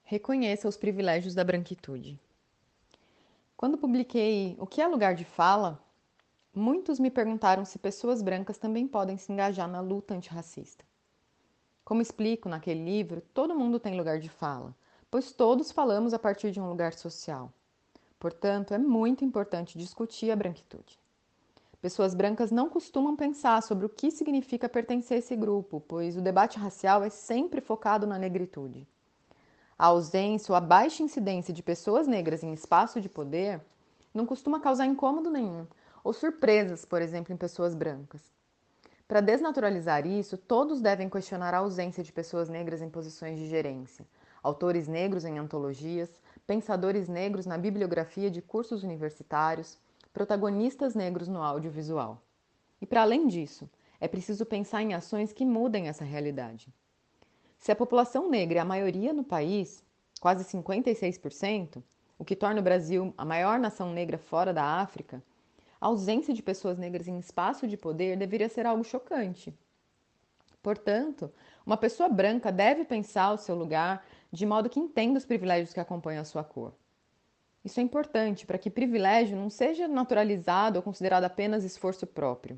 Reconheça os privilégios da branquitude. Quando publiquei O que é lugar de fala, muitos me perguntaram se pessoas brancas também podem se engajar na luta antirracista. Como explico naquele livro, todo mundo tem lugar de fala, pois todos falamos a partir de um lugar social. Portanto, é muito importante discutir a branquitude. Pessoas brancas não costumam pensar sobre o que significa pertencer a esse grupo, pois o debate racial é sempre focado na negritude. A ausência ou a baixa incidência de pessoas negras em espaço de poder não costuma causar incômodo nenhum, ou surpresas, por exemplo, em pessoas brancas. Para desnaturalizar isso, todos devem questionar a ausência de pessoas negras em posições de gerência, autores negros em antologias, pensadores negros na bibliografia de cursos universitários, protagonistas negros no audiovisual. E para além disso, é preciso pensar em ações que mudem essa realidade. Se a população negra é a maioria no país, quase 56%, o que torna o Brasil a maior nação negra fora da África, a ausência de pessoas negras em espaço de poder deveria ser algo chocante. Portanto, uma pessoa branca deve pensar o seu lugar de modo que entenda os privilégios que acompanham a sua cor. Isso é importante para que privilégio não seja naturalizado ou considerado apenas esforço próprio.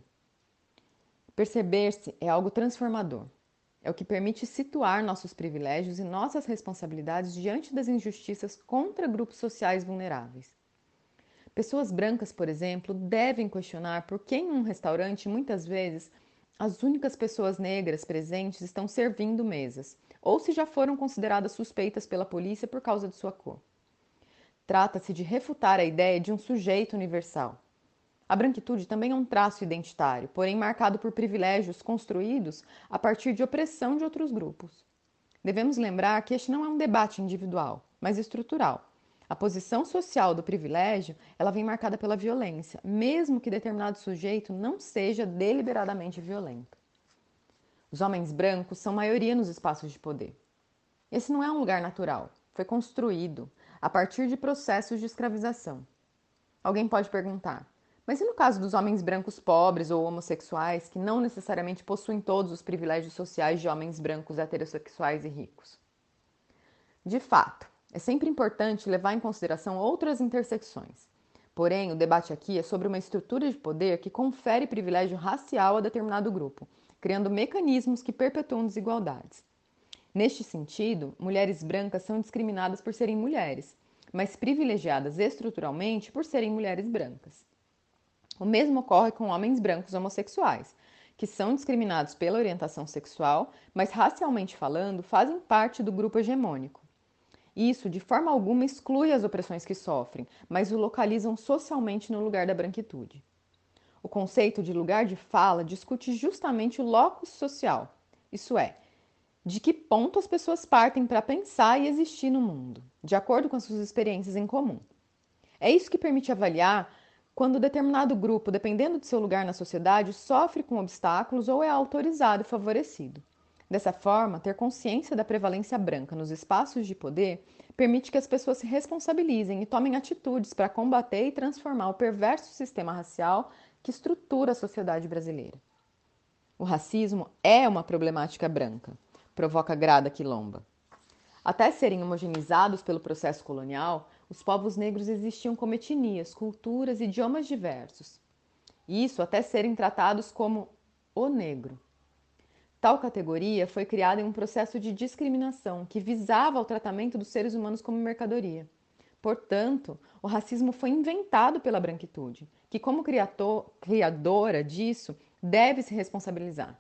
Perceber-se é algo transformador. É o que permite situar nossos privilégios e nossas responsabilidades diante das injustiças contra grupos sociais vulneráveis. Pessoas brancas, por exemplo, devem questionar por que em um restaurante, muitas vezes, as únicas pessoas negras presentes estão servindo mesas, ou se já foram consideradas suspeitas pela polícia por causa de sua cor. Trata-se de refutar a ideia de um sujeito universal. A branquitude também é um traço identitário, porém marcado por privilégios construídos a partir de opressão de outros grupos. Devemos lembrar que este não é um debate individual, mas estrutural. A posição social do privilégio, ela vem marcada pela violência, mesmo que determinado sujeito não seja deliberadamente violento. Os homens brancos são maioria nos espaços de poder. Esse não é um lugar natural, foi construído a partir de processos de escravização. Alguém pode perguntar: mas e no caso dos homens brancos pobres ou homossexuais, que não necessariamente possuem todos os privilégios sociais de homens brancos heterossexuais e ricos? De fato, é sempre importante levar em consideração outras intersecções. Porém, o debate aqui é sobre uma estrutura de poder que confere privilégio racial a determinado grupo, criando mecanismos que perpetuam desigualdades. Neste sentido, mulheres brancas são discriminadas por serem mulheres, mas privilegiadas estruturalmente por serem mulheres brancas. O mesmo ocorre com homens brancos homossexuais, que são discriminados pela orientação sexual, mas racialmente falando, fazem parte do grupo hegemônico. Isso, de forma alguma, exclui as opressões que sofrem, mas o localizam socialmente no lugar da branquitude. O conceito de lugar de fala discute justamente o locus social, isso é, de que ponto as pessoas partem para pensar e existir no mundo, de acordo com as suas experiências em comum. É isso que permite avaliar quando determinado grupo, dependendo de seu lugar na sociedade, sofre com obstáculos ou é autorizado e favorecido. Dessa forma, ter consciência da prevalência branca nos espaços de poder permite que as pessoas se responsabilizem e tomem atitudes para combater e transformar o perverso sistema racial que estrutura a sociedade brasileira. O racismo é uma problemática branca, provoca Grada Quilomba. Até serem homogeneizados pelo processo colonial, os povos negros existiam como etnias, culturas e idiomas diversos. Isso até serem tratados como o negro. Tal categoria foi criada em um processo de discriminação que visava o tratamento dos seres humanos como mercadoria. Portanto, o racismo foi inventado pela branquitude, que, como criadora disso, deve se responsabilizar.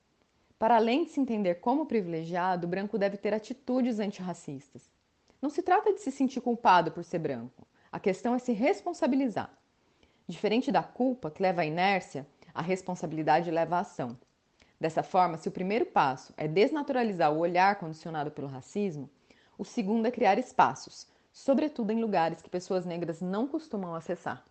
Para além de se entender como privilegiado, o branco deve ter atitudes antirracistas. Não se trata de se sentir culpado por ser branco. A questão é se responsabilizar. Diferente da culpa, que leva à inércia, a responsabilidade leva à ação. Dessa forma, se o primeiro passo é desnaturalizar o olhar condicionado pelo racismo, o segundo é criar espaços, sobretudo em lugares que pessoas negras não costumam acessar.